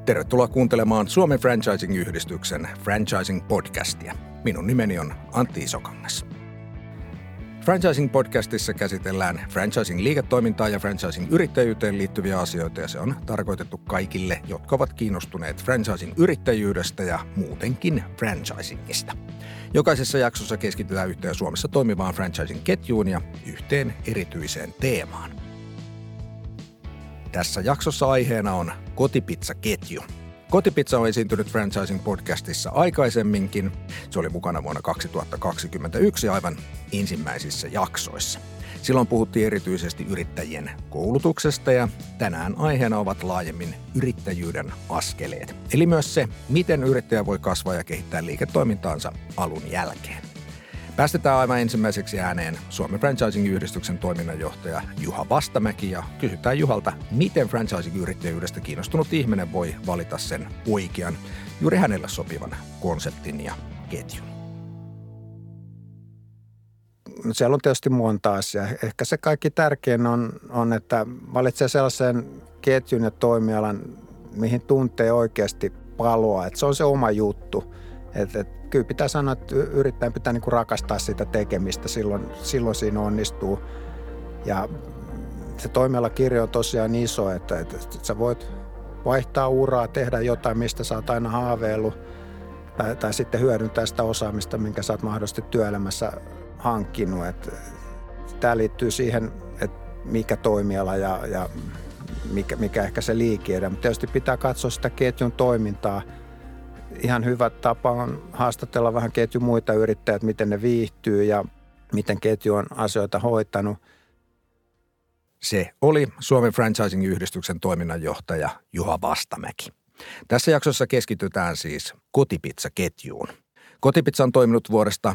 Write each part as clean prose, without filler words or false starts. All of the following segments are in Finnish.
Tervetuloa kuuntelemaan Suomen Franchising-yhdistyksen Franchising-podcastia. Minun nimeni on Antti Isokangas. Franchising-podcastissa käsitellään franchising-liiketoimintaa ja franchising-yrittäjyyteen liittyviä asioita, ja se on tarkoitettu kaikille, jotka ovat kiinnostuneet franchising-yrittäjyydestä ja muutenkin franchisingista. Jokaisessa jaksossa keskitytään yhteen Suomessa toimivaan franchising-ketjuun ja yhteen erityiseen teemaan. Tässä jaksossa aiheena on kotipizzaketju. Kotipizza on esiintynyt Franchising-podcastissa aikaisemminkin. Se oli mukana vuonna 2021 aivan ensimmäisissä jaksoissa. Silloin puhuttiin erityisesti yrittäjien koulutuksesta ja tänään aiheena ovat laajemmin yrittäjyyden askeleet. Eli myös se, miten yrittäjä voi kasvaa ja kehittää liiketoimintaansa alun jälkeen. Päästetään aivan ensimmäiseksi ääneen Suomen Franchising-yhdistyksen toiminnanjohtaja Juha Vastamäki ja kysytään Juhalta, miten franchising-yrittäjyydestä kiinnostunut ihminen voi valita sen oikean, juuri hänelle sopivan konseptin ja ketjun. Siellä on tietysti monta asiaa. Ehkä se kaikki tärkein on, että valitsee sellaisen ketjun ja toimialan, mihin tuntee oikeasti paloa. Että se on se oma juttu. Kyllä pitää sanoa, että yrittäjän pitää niinku rakastaa sitä tekemistä, silloin siinä onnistuu. Ja se toimialakirjo on tosiaan iso, että sä voit vaihtaa uraa, tehdä jotain, mistä sä oot aina haaveillut, tai sitten hyödyntää sitä osaamista, minkä sä oot mahdollisesti työelämässä hankkinut. Tämä liittyy siihen, että mikä toimiala ja mikä ehkä se liikeidea, mutta tietysti pitää katsoa sitä ketjun toimintaa. Ihan hyvä tapa on haastatella vähän ketjun muita yrittäjät, miten ne viihtyy ja miten ketju on asioita hoitanut. Se oli Suomen Franchising-yhdistyksen toiminnanjohtaja Juha Vastamäki. Tässä jaksossa keskitytään siis kotipizzaketjuun. Kotipizza on toiminut vuodesta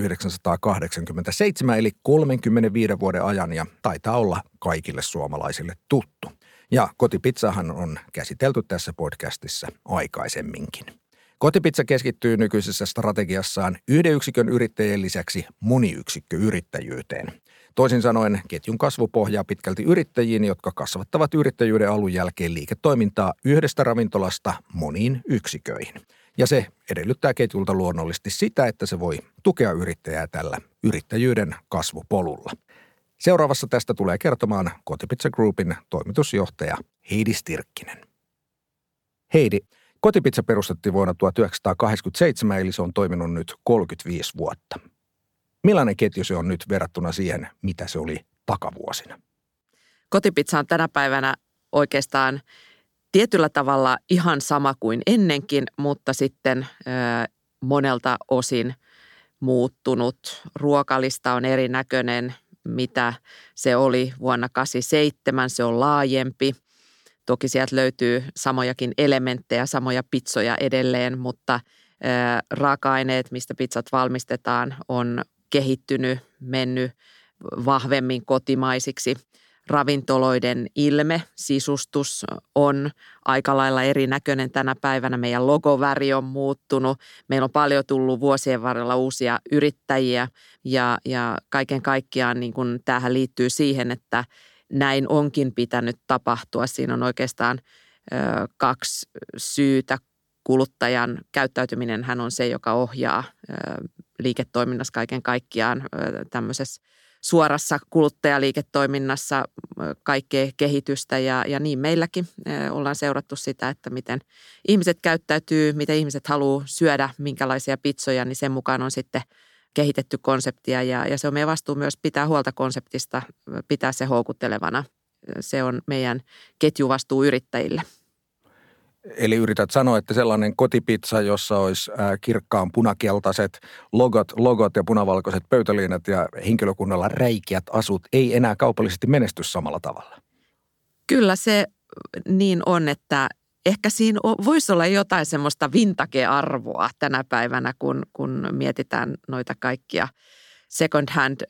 1987 eli 35 vuoden ajan ja taitaa olla kaikille suomalaisille tuttu. Ja kotipizzahan on käsitelty tässä podcastissa aikaisemminkin. Kotipizza keskittyy nykyisessä strategiassaan yhden yksikön yrittäjien lisäksi moniyksikköyrittäjyyteen. Toisin sanoen ketjun kasvu pohjaa pitkälti yrittäjiin, jotka kasvattavat yrittäjyyden alun jälkeen liiketoimintaa yhdestä ravintolasta moniin yksiköihin. Ja se edellyttää ketjulta luonnollisesti sitä, että se voi tukea yrittäjää tällä yrittäjyyden kasvupolulla. Seuraavassa tästä tulee kertomaan Kotipizza Groupin toimitusjohtaja Heidi Stirkkinen. Heidi, Kotipizza perustettiin vuonna 1987, eli se on toiminut nyt 35 vuotta. Millainen ketju se on nyt verrattuna siihen, mitä se oli takavuosina? Kotipizza on tänä päivänä oikeastaan tietyllä tavalla ihan sama kuin ennenkin, mutta sitten monelta osin muuttunut. Ruokalista on erinäköinen, mitä se oli vuonna 1987, se on laajempi. Toki sieltä löytyy samojakin elementtejä, samoja pizzoja edelleen, mutta raaka-aineet, mistä pizzat valmistetaan, on kehittynyt, mennyt vahvemmin kotimaisiksi. Ravintoloiden ilme, sisustus on aika lailla erinäköinen tänä päivänä. Meidän logoväri on muuttunut. Meillä on paljon tullut vuosien varrella uusia yrittäjiä ja kaiken kaikkiaan niin kun tämähän liittyy siihen, että näin onkin pitänyt tapahtua. Siinä on oikeastaan kaksi syytä. Kuluttajan käyttäytyminen hän on se, joka ohjaa liiketoiminnassa kaiken kaikkiaan tämmöisessä suorassa kuluttajaliiketoiminnassa kaikkea kehitystä ja niin meilläkin ollaan seurattu sitä, että miten ihmiset käyttäytyy, miten ihmiset haluaa syödä, minkälaisia pizzoja, niin sen mukaan on sitten kehitetty konseptia ja se on meidän vastuu myös pitää huolta konseptista, pitää se houkuttelevana. Se on meidän ketjuvastuu yrittäjille. Eli yrität sanoa, että sellainen kotipizza, jossa olisi kirkkaan punakeltaiset logot ja punavalkoiset pöytäliinat ja henkilökunnalla räikeät asut, ei enää kaupallisesti menesty samalla tavalla. Kyllä se niin on, että ehkä siinä voisi olla jotain semmoista vintage-arvoa tänä päivänä, kun mietitään noita kaikkia second hand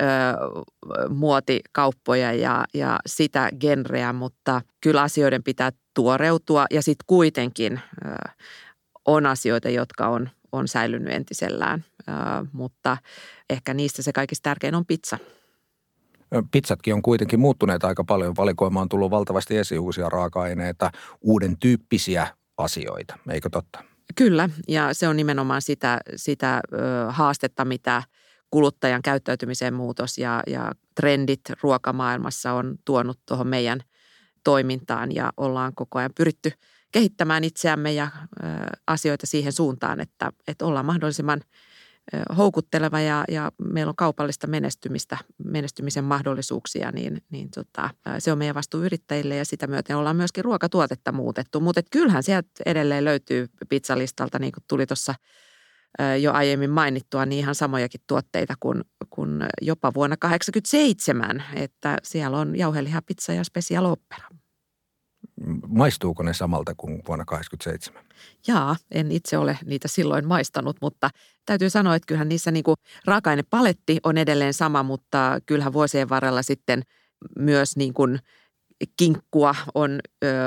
muotikauppoja ja sitä genreä, mutta kyllä asioiden pitää tuoreutua ja sitten kuitenkin on asioita, jotka on säilynyt entisellään, mutta ehkä niistä se kaikista tärkein on pizza. Pizzatkin on kuitenkin muuttuneet aika paljon. Valikoima on tullut valtavasti esiin uusia raaka-aineita, uuden tyyppisiä asioita, eikö totta? Kyllä, ja se on nimenomaan sitä haastetta, mitä kuluttajan käyttäytymisen muutos ja trendit ruokamaailmassa on tuonut tuohon meidän toimintaan ja ollaan koko ajan pyritty kehittämään itseämme ja asioita siihen suuntaan, että ollaan mahdollisimman houkutteleva ja meillä on kaupallista menestymisen mahdollisuuksia, niin se on meidän vastuu yrittäjille ja sitä myöten ollaan myöskin ruokatuotetta muutettu. Mutta kyllähän sieltä edelleen löytyy pizzalistalta, niin kuin tuli tuossa jo aiemmin mainittua, niin ihan samojakin tuotteita kuin jopa vuonna 1987, että siellä on jauhelihapizza ja special opera. Maistuuko ne samalta kuin vuonna 1987? Jaa, en itse ole niitä silloin maistanut, mutta täytyy sanoa, että kyllähän niissä niin kuin raaka-ainepaletti on edelleen sama, mutta kyllähän vuosien varrella sitten myös niin kuin kinkkua on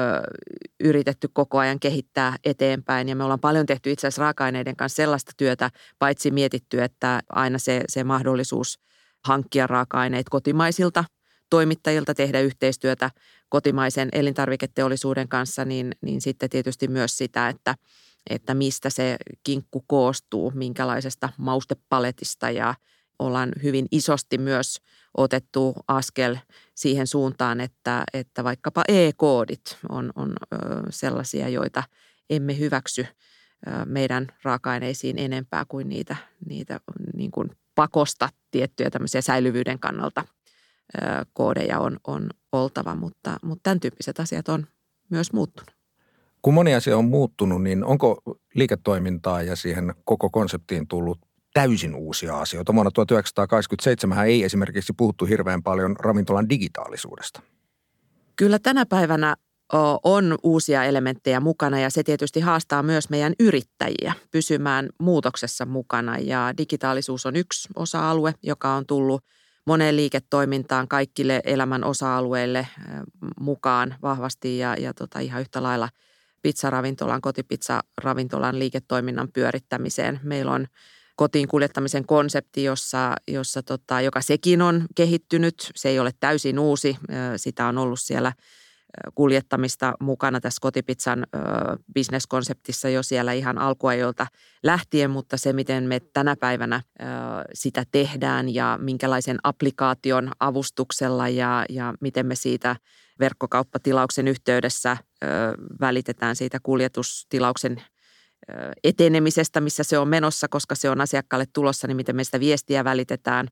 yritetty koko ajan kehittää eteenpäin ja me ollaan paljon tehty itse asiassa raaka-aineiden kanssa sellaista työtä, paitsi mietitty, että aina se mahdollisuus hankkia raaka-aineet kotimaisilta toimittajilta, tehdä yhteistyötä kotimaisen elintarviketeollisuuden kanssa, niin sitten tietysti myös sitä, että mistä se kinkku koostuu, minkälaisesta maustepaletista ja ollaan hyvin isosti myös otettu askel siihen suuntaan, että vaikkapa e-koodit on sellaisia, joita emme hyväksy meidän raaka-aineisiin enempää kuin niitä niin kuin pakosta tiettyjä tämmöisiä säilyvyyden kannalta koodeja on oltava, mutta tämän tyyppiset asiat on myös muuttunut. Kun moni asia on muuttunut, niin onko liiketoimintaa ja siihen koko konseptiin tullut täysin uusia asioita? Vuonna 1987 ei esimerkiksi puhuttu hirveän paljon ravintolan digitaalisuudesta. Kyllä tänä päivänä on uusia elementtejä mukana ja se tietysti haastaa myös meidän yrittäjiä pysymään muutoksessa mukana ja digitaalisuus on yksi osa-alue, joka on tullut moneen liiketoimintaan, kaikille elämän osa-alueille mukaan vahvasti ja ihan yhtä lailla pizzaravintolan, kotipizzaravintolan liiketoiminnan pyörittämiseen. Meillä on kotiin kuljettamisen konsepti, joka sekin on kehittynyt. Se ei ole täysin uusi. Sitä on ollut siellä kuljettamista mukana tässä kotipizzan bisneskonseptissa jo siellä ihan alkuajoilta lähtien, mutta se, miten me tänä päivänä sitä tehdään ja minkälaisen applikaation avustuksella ja miten me siitä verkkokauppatilauksen yhteydessä välitetään siitä kuljetustilauksen etenemisestä, missä se on menossa, koska se on asiakkaalle tulossa, niin miten me sitä viestiä välitetään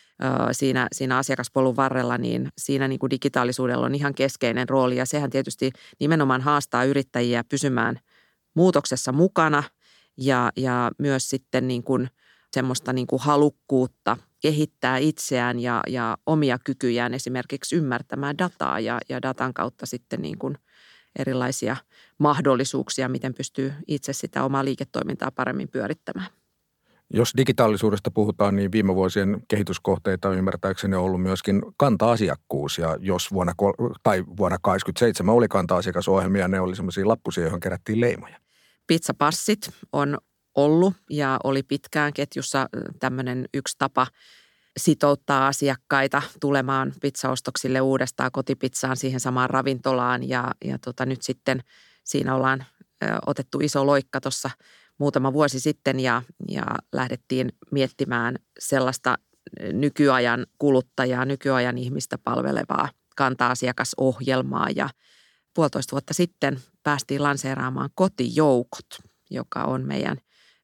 siinä asiakaspolun varrella, niin siinä niin kuin digitaalisuudella on ihan keskeinen rooli ja sehän tietysti nimenomaan haastaa yrittäjiä pysymään muutoksessa mukana ja myös sitten niin kuin semmoista niin kuin halukkuutta kehittää itseään ja omia kykyjään esimerkiksi ymmärtämään dataa ja datan kautta sitten niin kuin erilaisia mahdollisuuksia, miten pystyy itse sitä omaa liiketoimintaa paremmin pyörittämään. Jos digitaalisuudesta puhutaan, niin viime vuosien kehityskohteita ymmärtääkseni on ollut myöskin kanta-asiakkuus. Ja jos vuonna 1987 oli kanta-asiakasohjelmia, ne oli sellaisia lappusia, joihin kerättiin leimoja. Pizzapassit on ollut ja oli pitkään ketjussa tämmöinen yksi tapa sitouttaa asiakkaita tulemaan pizzaostoksille uudestaan kotipizzaan siihen samaan ravintolaan ja nyt sitten siinä ollaan otettu iso loikka tuossa muutama vuosi sitten ja lähdettiin miettimään sellaista nykyajan kuluttajaa, nykyajan ihmistä palvelevaa kanta-asiakasohjelmaa ja 1,5 vuotta sitten päästiin lanseeraamaan kotijoukot, joka on meidän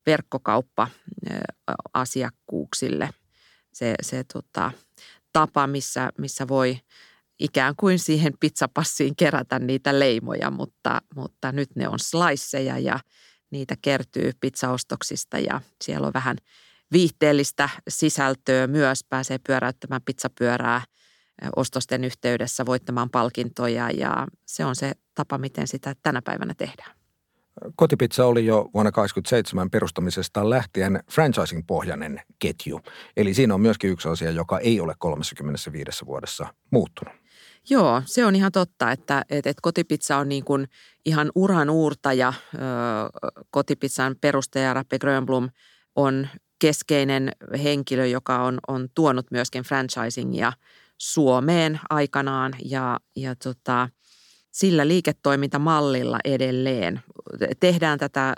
verkkokauppa-asiakkuuksille se tapa, missä voi ikään kuin siihen pizzapassiin kerätä niitä leimoja, mutta nyt ne on sliceja ja niitä kertyy pizzaostoksista ja siellä on vähän viihteellistä sisältöä myös. Pääsee pyöräyttämään pizzapyörää ostosten yhteydessä, voittamaan palkintoja ja se on se tapa, miten sitä tänä päivänä tehdään. Kotipizza oli jo vuonna 1987 perustamisesta lähtien franchising-pohjainen ketju. Eli siinä on myöskin yksi asia, joka ei ole 35 vuodessa muuttunut. Joo, se on ihan totta, että kotipizza on niin kuin ihan uran uurtaja. Kotipizzan perustaja Rappe Grönblom on keskeinen henkilö, joka on tuonut myöskin franchisingia Suomeen aikanaan ja sillä liiketoimintamallilla edelleen. Tehdään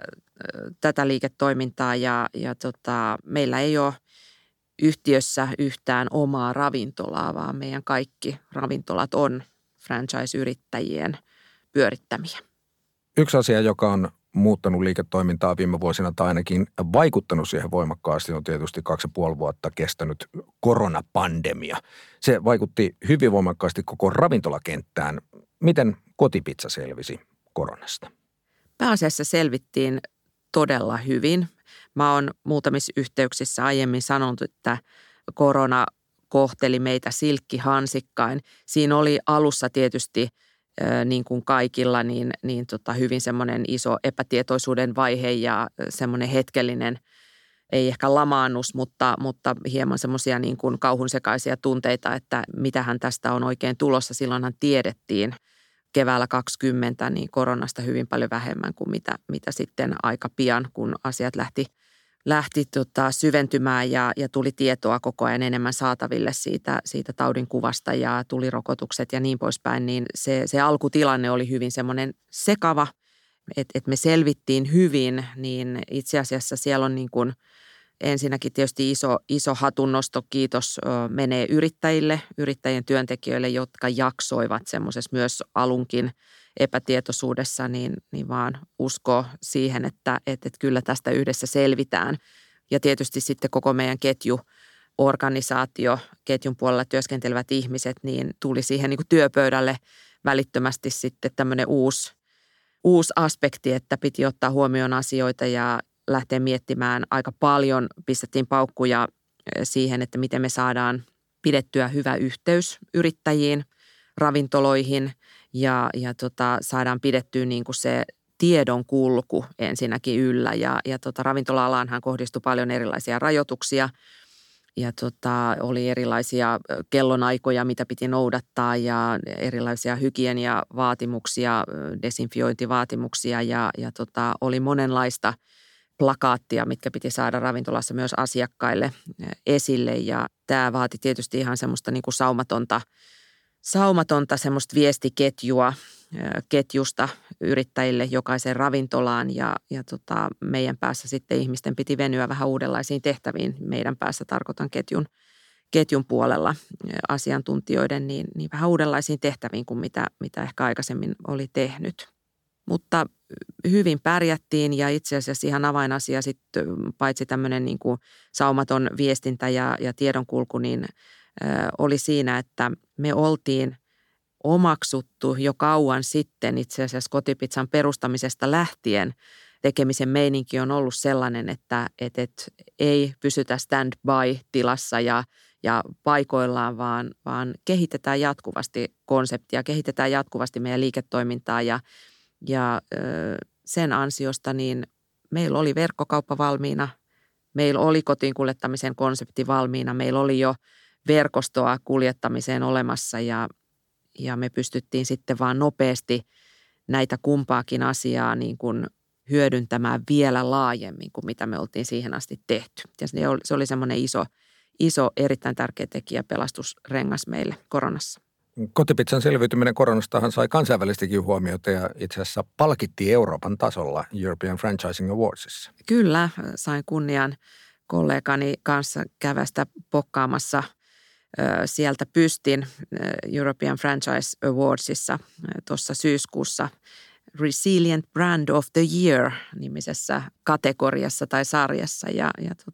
tätä liiketoimintaa ja meillä ei ole yhtiössä yhtään omaa ravintolaa, vaan meidän kaikki ravintolat on franchise-yrittäjien pyörittämiä. Yksi asia, joka on muuttanut liiketoimintaa viime vuosina tai ainakin vaikuttanut siihen voimakkaasti, on tietysti 2,5 vuotta kestänyt koronapandemia. Se vaikutti hyvin voimakkaasti koko ravintolakenttään. Miten Kotipizza selvisi koronasta? Pääasiassa selvittiin todella hyvin. Mä oon muutamissa yhteyksissä aiemmin sanonut, että korona kohteli meitä silkkihansikkain. Siinä oli alussa tietysti niin kuin kaikilla, hyvin semmoinen iso epätietoisuuden vaihe ja semmoinen hetkellinen, ei ehkä lamaannus, mutta hieman semmoisia niin kuin kauhunsekaisia tunteita, että mitähän tästä on oikein tulossa. Silloinhan tiedettiin keväällä 2020 niin koronasta hyvin paljon vähemmän kuin mitä sitten aika pian, kun asiat lähti syventymään ja tuli tietoa koko ajan enemmän saataville siitä taudin kuvasta ja tuli rokotukset ja niin poispäin, niin se alkutilanne oli hyvin semmoinen sekava, että me hyvin, niin itse asiassa siellä on niin kuin ensinnäkin tietysti iso hatunnosto, kiitos menee yrittäjien työntekijöille, jotka jaksoivat semmoisessa myös alunkin epätietoisuudessa, niin vaan uskoo siihen, että kyllä tästä yhdessä selvitään. Ja tietysti sitten koko meidän ketjuorganisaatio, ketjun puolella työskentelevät ihmiset, niin tuli siihen niin kuin työpöydälle välittömästi sitten tämmöinen uusi aspekti, että piti ottaa huomioon asioita ja lähteä miettimään aika paljon. Pistettiin paukkuja siihen, että miten me saadaan pidettyä hyvä yhteys yrittäjiin, ravintoloihin ja saadaan pidettyä niin kuin se tiedon kulku ensinnäkin yllä. Ja ravintola-alaanhan kohdistui paljon erilaisia rajoituksia ja oli erilaisia kellonaikoja, mitä piti noudattaa ja erilaisia hygieniavaatimuksia, desinfiointivaatimuksia ja oli monenlaista plakaattia, mitkä piti saada ravintolassa myös asiakkaille esille ja tämä vaati tietysti ihan semmoista niin kuin saumatonta semmoista viestiketjua ketjusta yrittäjille jokaiseen ravintolaan ja meidän päässä sitten ihmisten piti venyä vähän uudenlaisiin tehtäviin. Meidän päässä tarkoitan ketjun puolella asiantuntijoiden niin vähän uudenlaisiin tehtäviin kuin mitä ehkä aikaisemmin oli tehnyt. Mutta hyvin pärjättiin ja itse asiassa ihan avainasia sitten paitsi tämmöinen niin kuin saumaton viestintä ja tiedonkulku, niin oli siinä, että me oltiin omaksuttu jo kauan sitten itse asiassa Kotipizzan perustamisesta lähtien. Tekemisen meininki on ollut sellainen, että ei pysytä stand-by-tilassa ja paikoillaan, vaan kehitetään jatkuvasti konseptia, kehitetään jatkuvasti meidän liiketoimintaa ja sen ansiosta niin meillä oli verkkokauppa valmiina, meillä oli kotiin kuljettamisen konsepti valmiina, meillä oli jo verkostoa kuljettamiseen olemassa ja me pystyttiin sitten vaan nopeasti näitä kumpaakin asiaa niin kuin hyödyntämään vielä laajemmin kuin mitä me oltiin siihen asti tehty. Ja se oli semmoinen iso, erittäin tärkeä tekijä, pelastusrengas meille koronassa. Kotipizzan selviytyminen koronastahan sai kansainvälistäkin huomiota ja itse asiassa palkittiin Euroopan tasolla European Franchising Awardsissa. Kyllä, sain kunnian kollegani kanssa kävästä pokkaamassa sieltä pystin European Franchise Awardsissa tuossa syyskuussa Resilient Brand of the Year -nimisessä kategoriassa tai sarjassa ja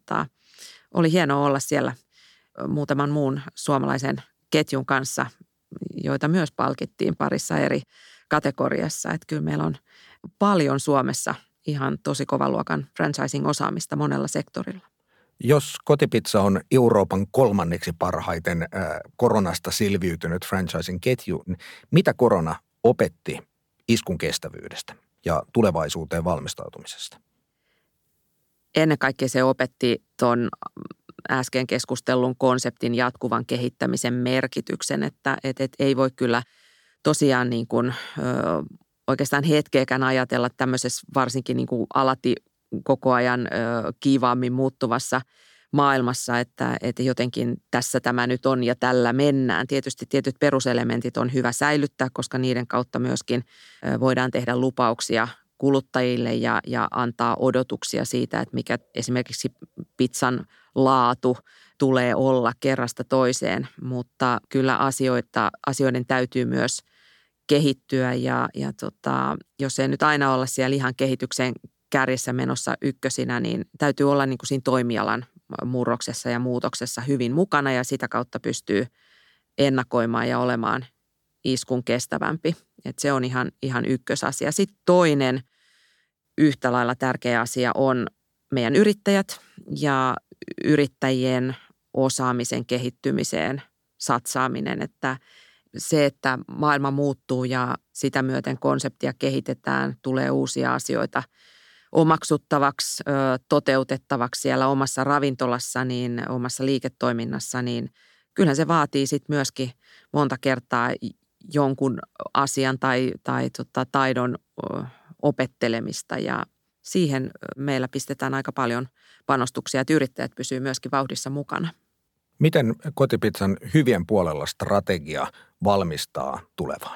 oli hienoa olla siellä muutaman muun suomalaisen ketjun kanssa, joita myös palkittiin parissa eri kategoriassa. Että kyllä meillä on paljon Suomessa ihan tosi kovan luokan franchising-osaamista monella sektorilla. Jos Kotipizza on Euroopan 3. parhaiten koronasta selviytynyt franchising-ketju, niin mitä korona opetti iskun kestävyydestä ja tulevaisuuteen valmistautumisesta? Ennen kaikkea se opetti tuon äsken keskustellun konseptin jatkuvan kehittämisen merkityksen, että ei voi kyllä tosiaan niin kuin, oikeastaan hetkeäkään ajatella tämmöisessä varsinkin niin kuin alati koko ajan kiivaammin muuttuvassa maailmassa, että jotenkin tässä tämä nyt on ja tällä mennään. Tietysti tietyt peruselementit on hyvä säilyttää, koska niiden kautta myöskin voidaan tehdä lupauksia kuluttajille ja antaa odotuksia siitä, että mikä esimerkiksi pizzan laatu tulee olla kerrasta toiseen, mutta kyllä asioiden täytyy myös kehittyä ja jos ei nyt aina olla siellä ihan kehityksen kärjessä menossa ykkösinä, niin täytyy olla niin kuin siinä toimialan murroksessa ja muutoksessa hyvin mukana ja sitä kautta pystyy ennakoimaan ja olemaan iskun kestävämpi. Et se on ihan ykkösasia. Sitten toinen yhtä lailla tärkeä asia on meidän yrittäjät ja yrittäjien osaamisen kehittymiseen satsaaminen, että se, että maailma muuttuu ja sitä myöten konseptia kehitetään, tulee uusia asioita omaksuttavaksi, toteutettavaksi siellä omassa ravintolassa, niin omassa liiketoiminnassa, niin kyllähän se vaatii sitten myöskin monta kertaa jonkun asian tai taidon opettelemista ja siihen meillä pistetään aika paljon panostuksia, että yrittäjät pysyy myöskin vauhdissa mukana. Miten Kotipizzan hyvien puolella strategia valmistaa tulevaan?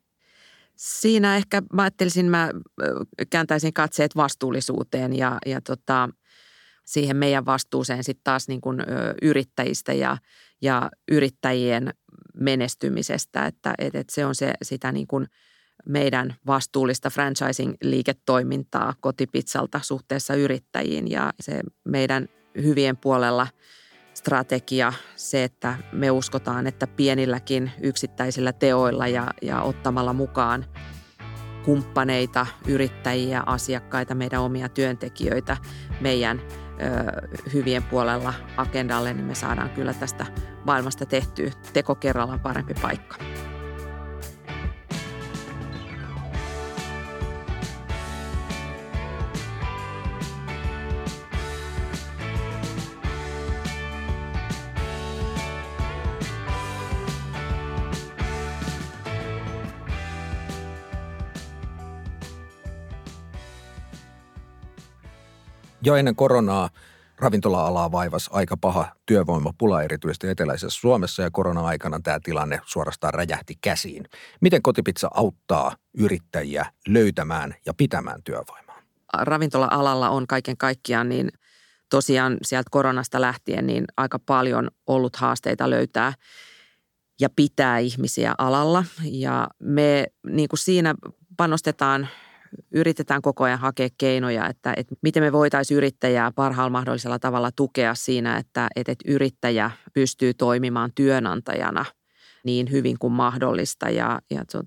Siinä ehkä mä kääntäisin katseet vastuullisuuteen ja siihen meidän vastuuseen sitten taas niin kuin yrittäjistä ja yrittäjien menestymisestä, että se on sitä niin kuin meidän vastuullista franchising-liiketoimintaa Kotipizzalta suhteessa yrittäjiin ja se meidän hyvien puolella strategia, se, että me uskotaan, että pienilläkin yksittäisillä teoilla ja ottamalla mukaan kumppaneita, yrittäjiä, asiakkaita, meidän omia työntekijöitä meidän hyvien puolella agendalle, niin me saadaan kyllä tästä maailmasta tehtyä teko kerrallaan parempi paikka. Jo ennen koronaa ravintola-alaa vaivasi aika paha työvoimapula erityisesti eteläisessä Suomessa ja korona-aikana tämä tilanne suorastaan räjähti käsiin. Miten Kotipizza auttaa yrittäjiä löytämään ja pitämään työvoimaa? Ravintola-alalla on kaiken kaikkiaan niin tosiaan sieltä koronasta lähtien niin aika paljon ollut haasteita löytää ja pitää ihmisiä alalla ja me niin kuin siinä yritetään koko ajan hakea keinoja, että miten me voitaisiin yrittäjää parhaalla mahdollisella tavalla tukea siinä, että yrittäjä pystyy toimimaan työnantajana niin hyvin kuin mahdollista. Ja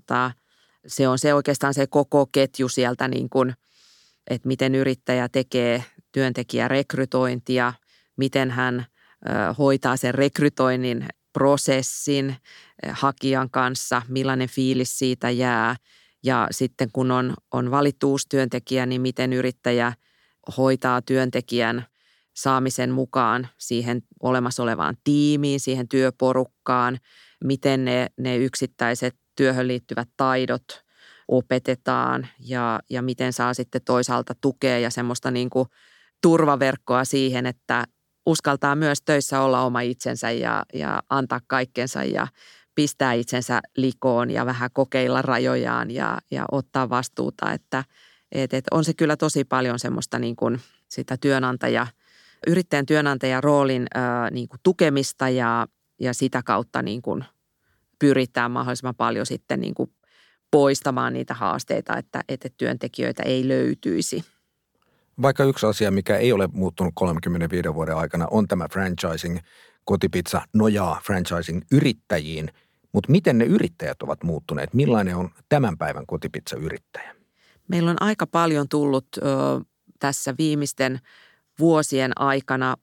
se on se oikeastaan se koko ketju sieltä, niin kuin, että miten yrittäjä tekee työntekijärekrytointia, miten hän hoitaa sen rekrytoinnin prosessin hakijan kanssa, millainen fiilis siitä jää. Ja sitten kun on valittu uusi työntekijä, niin miten yrittäjä hoitaa työntekijän saamisen mukaan siihen olemassa olevaan tiimiin, siihen työporukkaan, miten ne yksittäiset työhön liittyvät taidot opetetaan ja miten saa sitten toisaalta tukea ja semmoista niin kuin turvaverkkoa siihen, että uskaltaa myös töissä olla oma itsensä ja antaa kaikkensa ja pistää itsensä likoon ja vähän kokeilla rajojaan ja ottaa vastuuta, että on se kyllä tosi paljon semmoista niin kuin sitä yrittäjän työnantajan roolin niin kuin tukemista ja sitä kautta niin kuin pyritään mahdollisimman paljon sitten niin kuin poistamaan niitä haasteita, että työntekijöitä ei löytyisi. Vaikka yksi asia, mikä ei ole muuttunut 35 vuoden aikana, on tämä franchising. Kotipizza nojaa franchising-yrittäjiin, mutta miten ne yrittäjät ovat muuttuneet? Millainen on tämän päivän Kotipizza-yrittäjä? Meillä on aika paljon tullut tässä viimeisten vuosien aikana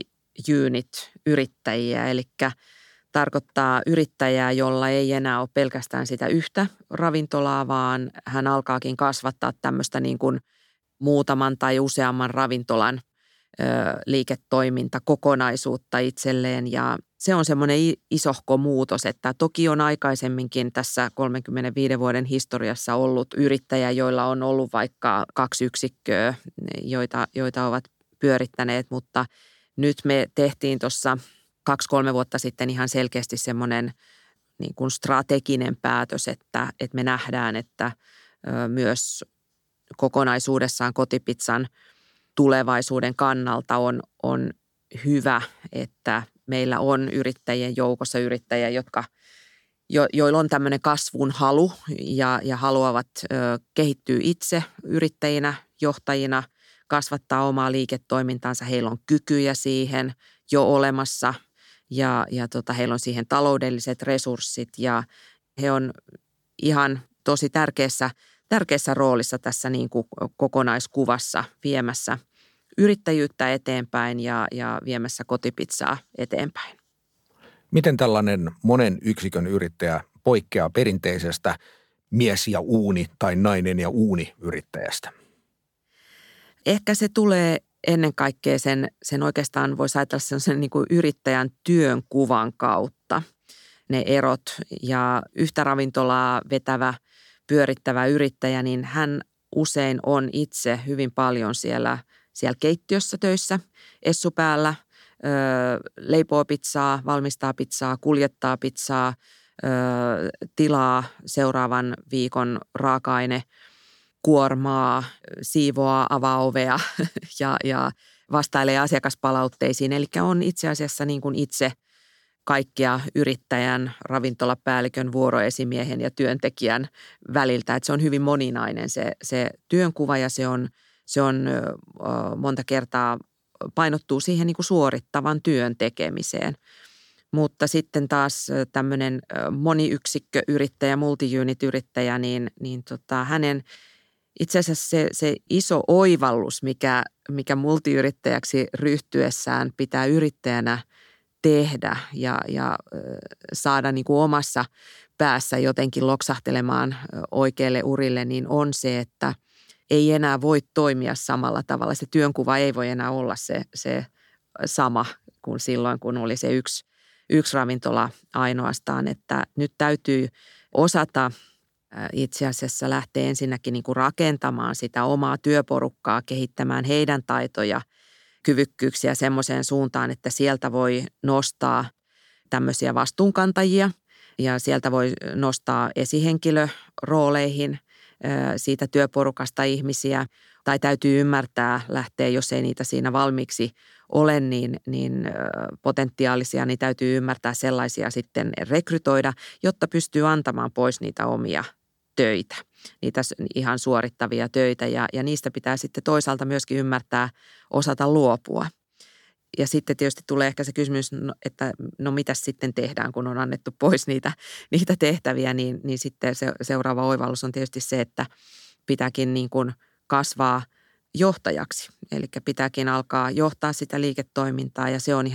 multi-unit-yrittäjiä, eli tarkoittaa yrittäjää, jolla ei enää ole pelkästään sitä yhtä ravintolaa, vaan hän alkaakin kasvattaa tämmöistä niin kuin muutaman tai useamman ravintolan liiketoimintakokonaisuutta itselleen ja se on semmoinen isohko muutos, että toki on aikaisemminkin tässä 35 vuoden historiassa ollut yrittäjä, joilla on ollut vaikka 2 yksikköä, joita ovat pyörittäneet, mutta nyt me tehtiin tuossa 2-3 vuotta sitten ihan selkeästi semmoinen niin kuin strateginen päätös, että me nähdään, että myös kokonaisuudessaan Kotipizzan tulevaisuuden kannalta on hyvä, että meillä on yrittäjien joukossa yrittäjiä, joilla on tämmöinen kasvun halu ja haluavat kehittyä itse yrittäjinä, johtajina, kasvattaa omaa liiketoimintaansa. Heillä on kykyjä siihen jo olemassa ja heillä on siihen taloudelliset resurssit ja he on ihan tosi tärkeässä roolissa tässä niin kuin kokonaiskuvassa viemässä yrittäjyyttä eteenpäin ja viemässä Kotipizzaa eteenpäin. Miten tällainen monen yksikön yrittäjä poikkeaa perinteisestä mies ja uuni tai nainen ja uuni yrittäjästä? Ehkä se tulee ennen kaikkea sen oikeastaan voisi ajatella sellaisen niin kuin yrittäjän työnkuvan kautta ne erot. Ja yhtä ravintolaa vetävä, pyörittävä yrittäjä, niin hän usein on itse hyvin paljon siellä keittiössä töissä, essu päällä, leipoo pizzaa, valmistaa pizzaa, kuljettaa pizzaa, tilaa seuraavan viikon raaka-aine, kuormaa, siivoaa, avaa ovea ja vastailee asiakaspalautteisiin. Eli on itse asiassa niin kuin itse kaikkia yrittäjän, ravintolapäällikön, vuoroesimiehen ja työntekijän väliltä. Että se on hyvin moninainen se työnkuva ja se on monta kertaa painottuu siihen niin kuin suorittavan työn tekemiseen. Mutta sitten taas tämmöinen moniyksikköyrittäjä, multi-unit-yrittäjä, niin hänen itse asiassa se iso oivallus, mikä multiyrittäjäksi ryhtyessään pitää yrittäjänä tehdä ja saada niin kuin omassa päässä jotenkin loksahtelemaan oikealle urille, niin on se, että ei enää voi toimia samalla tavalla. Se työnkuva ei voi enää olla se sama kuin silloin, kun oli se yksi ravintola ainoastaan, että nyt täytyy osata itse asiassa lähteä ensinnäkin niin kuin rakentamaan sitä omaa työporukkaa, kehittämään heidän taitoja, kyvykkyyksiä semmoiseen suuntaan, että sieltä voi nostaa tämmöisiä vastuunkantajia ja sieltä voi nostaa esihenkilörooleihin siitä työporukasta ihmisiä. Tai täytyy ymmärtää lähteä, jos ei niitä siinä valmiiksi ole, niin potentiaalisia, niin täytyy ymmärtää sellaisia sitten rekrytoida, jotta pystyy antamaan pois niitä omia töitä, niitä ihan suorittavia töitä ja niistä pitää sitten toisaalta myöskin ymmärtää osata luopua. Ja sitten tietysti tulee ehkä se kysymys, että no mitäs sitten tehdään, kun on annettu pois niitä tehtäviä, niin sitten seuraava oivallus on tietysti se, että pitääkin niin kuin kasvaa johtajaksi. Eli pitääkin alkaa johtaa sitä liiketoimintaa ja se on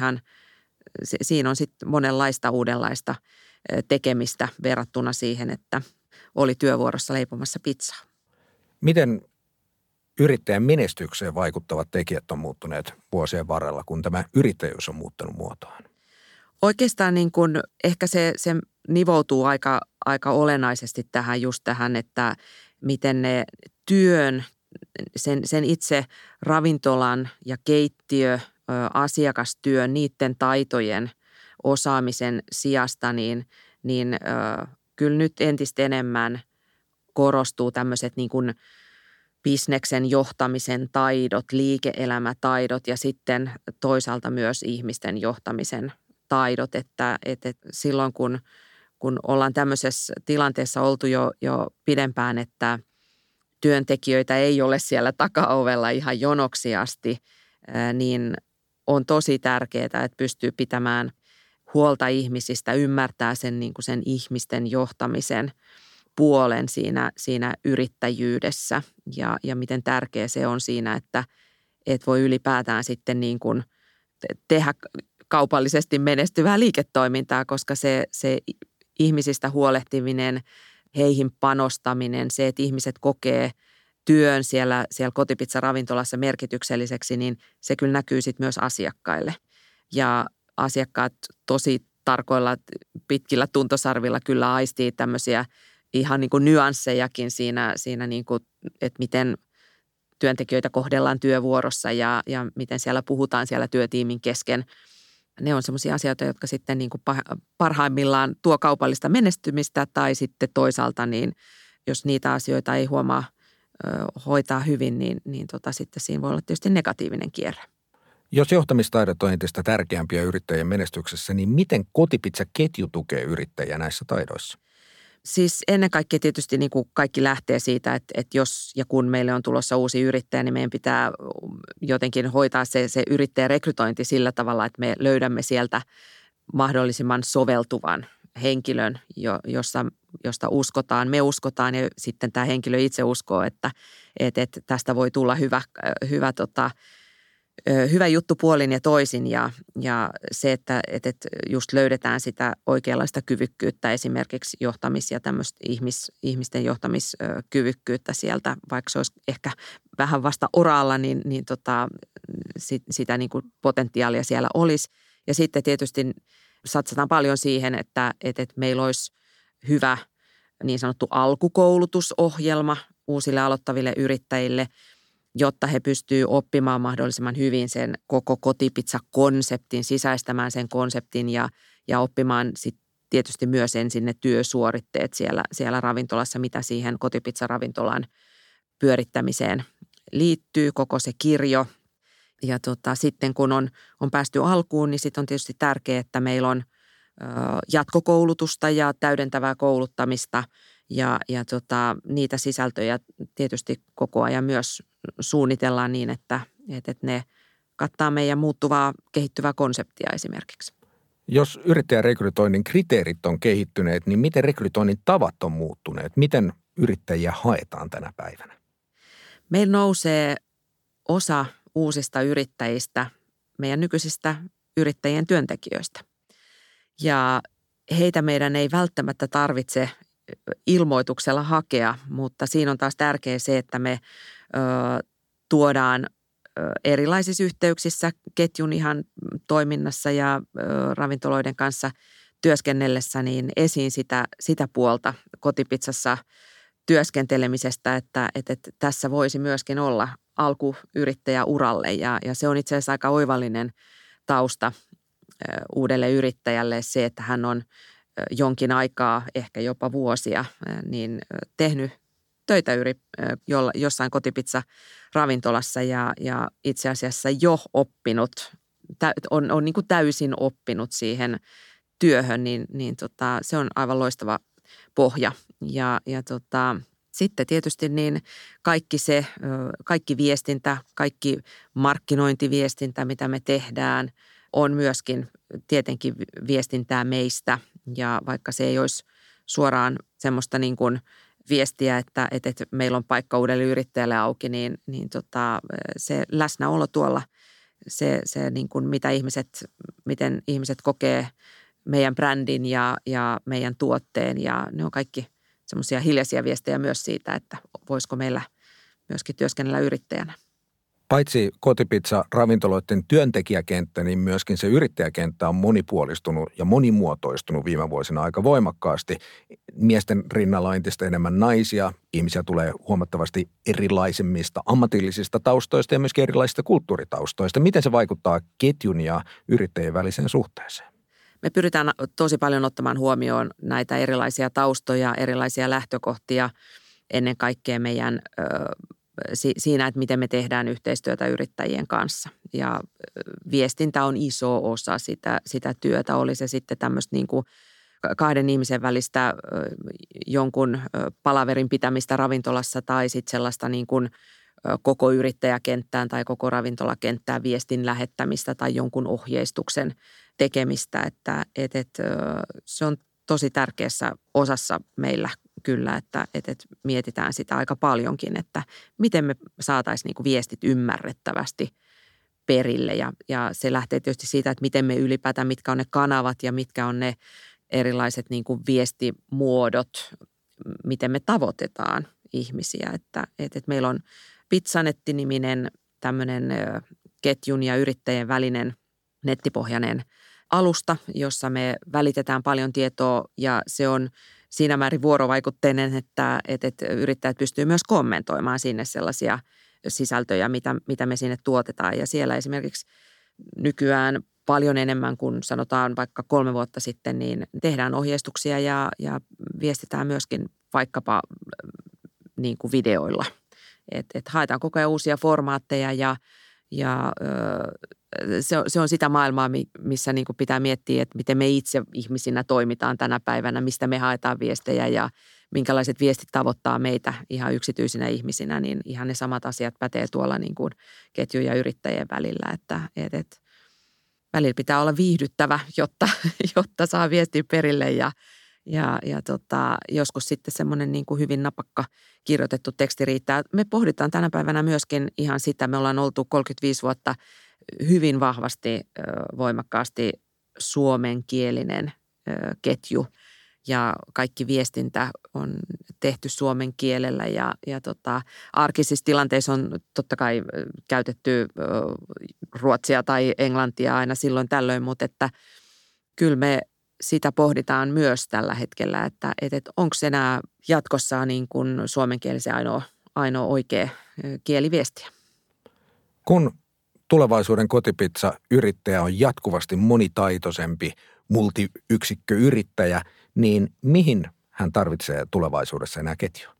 siinä on sitten monenlaista uudenlaista tekemistä verrattuna siihen, että oli työvuorossa leipomassa pizzaa. Miten yrittäjän menestykseen vaikuttavat tekijät on muuttuneet vuosien varrella, kun tämä yrittäjyys on muuttanut muotoaan? Oikeastaan niin kun ehkä se nivoutuu aika olennaisesti tähän, että miten ne työn, sen itse ravintolan ja keittiö, asiakastyön, niiden taitojen osaamisen sijasta, niin kyllä nyt entistä enemmän korostuu tämmöiset niin kuin bisneksen johtamisen taidot, liike-elämätaidot ja sitten toisaalta myös ihmisten johtamisen taidot, että silloin kun ollaan tämmöisessä tilanteessa oltu jo pidempään, että työntekijöitä ei ole siellä takaovella ihan jonoksi asti, niin on tosi tärkeää, että pystyy pitämään huolta ihmisistä, ymmärtää sen ihmisten johtamisen puolen siinä yrittäjyydessä ja miten tärkeä se on siinä, että voi ylipäätään sitten niin kuin tehdä kaupallisesti menestyvää liiketoimintaa, koska se ihmisistä huolehtiminen, heihin panostaminen, se, että ihmiset kokee työn siellä Kotipizza-ravintolassa merkitykselliseksi, niin se kyllä näkyy sitten myös asiakkaille. Ja asiakkaat tosi tarkoilla pitkillä tuntosarvilla kyllä aistii tämmöisiä ihan niin kuin nyanssejakin siinä niin kuin, että miten työntekijöitä kohdellaan työvuorossa ja miten siellä puhutaan siellä työtiimin kesken. Ne on sellaisia asioita, jotka sitten niin kuin parhaimmillaan tuo kaupallista menestymistä tai sitten toisaalta, niin jos niitä asioita ei huomaa hoitaa hyvin, niin sitten siinä voi olla tietysti negatiivinen kierre. Jos johtamistaidot on entistä tärkeämpiä yrittäjien menestyksessä, niin miten Kotipizza-ketju tukee yrittäjiä näissä taidoissa? Siis ennen kaikkea tietysti niin kuin kaikki lähtee siitä, että jos ja kun meille on tulossa uusi yrittäjä, niin meidän pitää jotenkin hoitaa se yrittäjärekrytointi sillä tavalla, että me löydämme sieltä mahdollisimman soveltuvan henkilön, josta uskotaan. Me uskotaan ja sitten tämä henkilö itse uskoo, että tästä voi tulla hyvä juttu puolin ja toisin ja se, että just löydetään sitä oikeanlaista kyvykkyyttä, esimerkiksi ja tämmöistä ihmisten johtamiskyvykkyyttä sieltä, vaikka se olisi ehkä vähän vasta oraalla, niin sitä niin kuin potentiaalia siellä olisi. Ja sitten tietysti satsataan paljon siihen, että meillä olisi hyvä niin sanottu alkukoulutusohjelma uusille aloittaville yrittäjille, jotta he pystyvät oppimaan mahdollisimman hyvin sen koko Kotipizza-konseptin, sisäistämään sen konseptin ja oppimaan sitten tietysti myös ensin ne työsuoritteet siellä ravintolassa, mitä siihen Kotipizza-ravintolan pyörittämiseen liittyy, koko se kirjo. Ja sitten kun on päästy alkuun, niin sitten on tietysti tärkeää, että meillä on jatkokoulutusta ja täydentävää kouluttamista ja niitä sisältöjä tietysti koko ajan myös suunnitellaan niin, että ne kattaa meidän muuttuvaa, kehittyvää konseptia esimerkiksi. Jos yrittäjärekrytoinnin kriteerit on kehittyneet, niin miten rekrytoinnin tavat on muuttuneet? Miten yrittäjiä haetaan tänä päivänä? Meillä nousee osa uusista yrittäjistä meidän nykyisistä yrittäjien työntekijöistä. Ja heitä meidän ei välttämättä tarvitse ilmoituksella hakea, mutta siinä on taas tärkeää se, että me tuodaan erilaisissa yhteyksissä ketjun ihan toiminnassa ja ravintoloiden kanssa työskennellessä niin esiin sitä puolta Kotipizzassa työskentelemisestä, että tässä voisi myöskin olla alkuyrittäjäuralle ja se on itse asiassa aika oivallinen tausta uudelle yrittäjälle se, että hän on jonkin aikaa, ehkä jopa vuosia, niin tehnyt töitä jossain Kotipizza-ravintolassa ja itse asiassa jo oppinut, on niin kuin täysin oppinut siihen työhön, niin se on aivan loistava pohja. Ja sitten tietysti niin kaikki viestintä, kaikki markkinointiviestintä, mitä me tehdään, on myöskin tietenkin viestintää meistä ja vaikka se ei olisi suoraan semmoista niin kuin viestiä, että meillä on paikka uudelle yrittäjälle auki, niin se läsnäolo tuolla, se niin kuin miten ihmiset kokee meidän brändin ja meidän tuotteen ja ne on kaikki semmoisia hiljaisia viestejä myös siitä, että voisiko meillä myöskin työskennellä yrittäjänä. Paitsi Kotipizza-ravintoloiden työntekijäkenttä, niin myöskin se yrittäjäkenttä on monipuolistunut ja monimuotoistunut viime vuosina aika voimakkaasti. Miesten rinnalla on entistä enemmän naisia. Ihmisiä tulee huomattavasti erilaisemmista ammatillisista taustoista ja myöskin erilaisista kulttuuritaustoista. Miten se vaikuttaa ketjun ja yrittäjien väliseen suhteeseen? Me pyritään tosi paljon ottamaan huomioon näitä erilaisia taustoja, erilaisia lähtökohtia ennen kaikkea meidän siinä, että miten me tehdään yhteistyötä yrittäjien kanssa. Ja viestintä on iso osa sitä työtä. Oli se sitten tämmöistä niin kuin kahden ihmisen välistä jonkun palaverin pitämistä ravintolassa tai sitten sellaista niin kuin koko yrittäjäkenttään tai koko ravintolakenttään viestin lähettämistä tai jonkun ohjeistuksen tekemistä. Että se on tosi tärkeässä osassa meillä kyllä, että mietitään sitä aika paljonkin, että miten me saataisiin niin kuin viestit ymmärrettävästi perille. Ja se lähtee tietysti siitä, että miten me ylipäätään, mitkä on ne kanavat ja mitkä on ne erilaiset niin kuin viestimuodot, miten me tavoitetaan ihmisiä. Että meillä on Pizzanetti-niminen tämmöinen ketjun ja yrittäjien välinen nettipohjainen alusta, jossa me välitetään paljon tietoa ja se on siinä määrin vuorovaikutteinen, että yrittäjät pystyy myös kommentoimaan sinne sellaisia sisältöjä, mitä me sinne tuotetaan. Ja siellä esimerkiksi nykyään paljon enemmän kuin sanotaan vaikka 3 vuotta sitten, niin tehdään ohjeistuksia ja viestitään myöskin vaikkapa niin kuin videoilla. Et haetaan koko ajan uusia formaatteja ja se on sitä maailmaa, missä niin kuin pitää miettiä, että miten me itse ihmisinä toimitaan tänä päivänä, mistä me haetaan viestejä ja minkälaiset viestit tavoittaa meitä ihan yksityisinä ihmisinä, niin ihan ne samat asiat pätee tuolla niin kuin ketjun ja yrittäjien välillä, että välillä pitää olla viihdyttävä, jotta saa viestin perille ja joskus sitten semmoinen niin kuin hyvin napakka kirjoitettu teksti riittää. Me pohditaan tänä päivänä myöskin ihan sitä, me ollaan oltu 35 vuotta hyvin vahvasti, voimakkaasti suomenkielinen ketju ja kaikki viestintä on tehty suomen kielellä ja arkisissa tilanteissa on totta kai käytetty ruotsia tai englantia aina silloin tällöin, mutta että kyllä me sitä pohditaan myös tällä hetkellä, että onko se enää jatkossa niin kuin suomenkielisen ainoa oikea kieli viestiä. Kun tulevaisuuden kotipizza-yrittäjä on jatkuvasti monitaitoisempi multiyksikköyrittäjä, niin mihin hän tarvitsee tulevaisuudessa enää ketjua?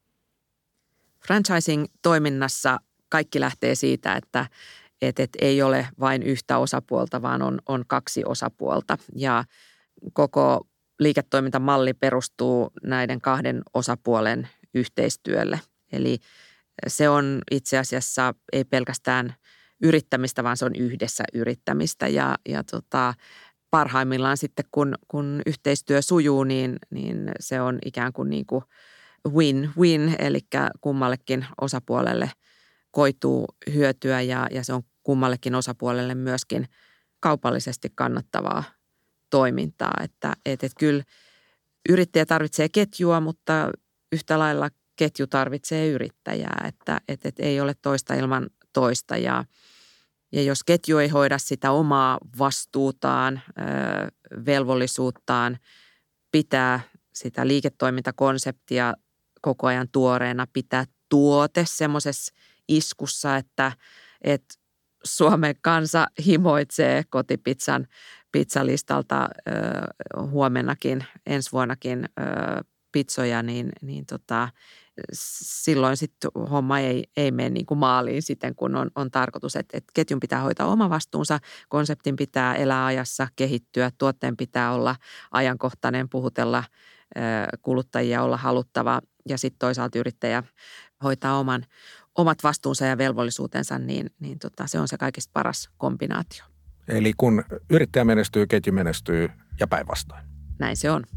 Franchising-toiminnassa kaikki lähtee siitä, että ei ole vain yhtä osapuolta, vaan on 2 osapuolta ja koko liiketoimintamalli perustuu näiden 2 osapuolen yhteistyölle. Eli se on itse asiassa ei pelkästään yrittämistä, vaan se on yhdessä yrittämistä ja parhaimmillaan sitten kun yhteistyö sujuu, niin se on ikään kuin win-win, eli kummallekin osapuolelle koituu hyötyä ja se on kummallekin osapuolelle myöskin kaupallisesti kannattavaa toimintaa, että kyllä yrittäjä tarvitsee ketjua, mutta yhtä lailla ketju tarvitsee yrittäjää, että ei ole toista ilman toista ja jos ketju ei hoida sitä omaa vastuutaan, velvollisuuttaan, pitää sitä liiketoimintakonseptia koko ajan tuoreena, pitää tuote semmoisessa iskussa, että Suomen kansa himoitsee kotipizzan pizzalistalta huomennakin, ensi vuonnakin pizzoja, niin silloin sitten homma ei mene niin kuin maaliin siten, kun on tarkoitus, että ketjun pitää hoitaa oma vastuunsa, konseptin pitää elää ajassa, kehittyä, tuotteen pitää olla ajankohtainen, puhutella kuluttajia, olla haluttava ja sitten toisaalta yrittäjä hoitaa omat vastuunsa ja velvollisuutensa, niin se on se kaikista paras kombinaatio. Eli kun yrittäjä menestyy, ketju menestyy ja päinvastoin. Näin se on.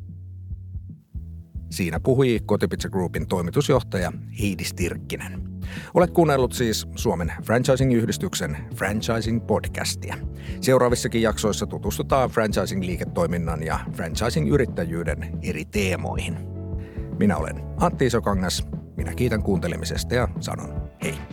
Siinä puhui Kotipizza Groupin toimitusjohtaja Heidi Stirkkinen. Olet kuunnellut siis Suomen Franchising-yhdistyksen Franchising-podcastia. Seuraavissakin jaksoissa tutustutaan franchising-liiketoiminnan ja franchising-yrittäjyyden eri teemoihin. Minä olen Antti Isokangas. Minä kiitän kuuntelemisesta ja sanon hei.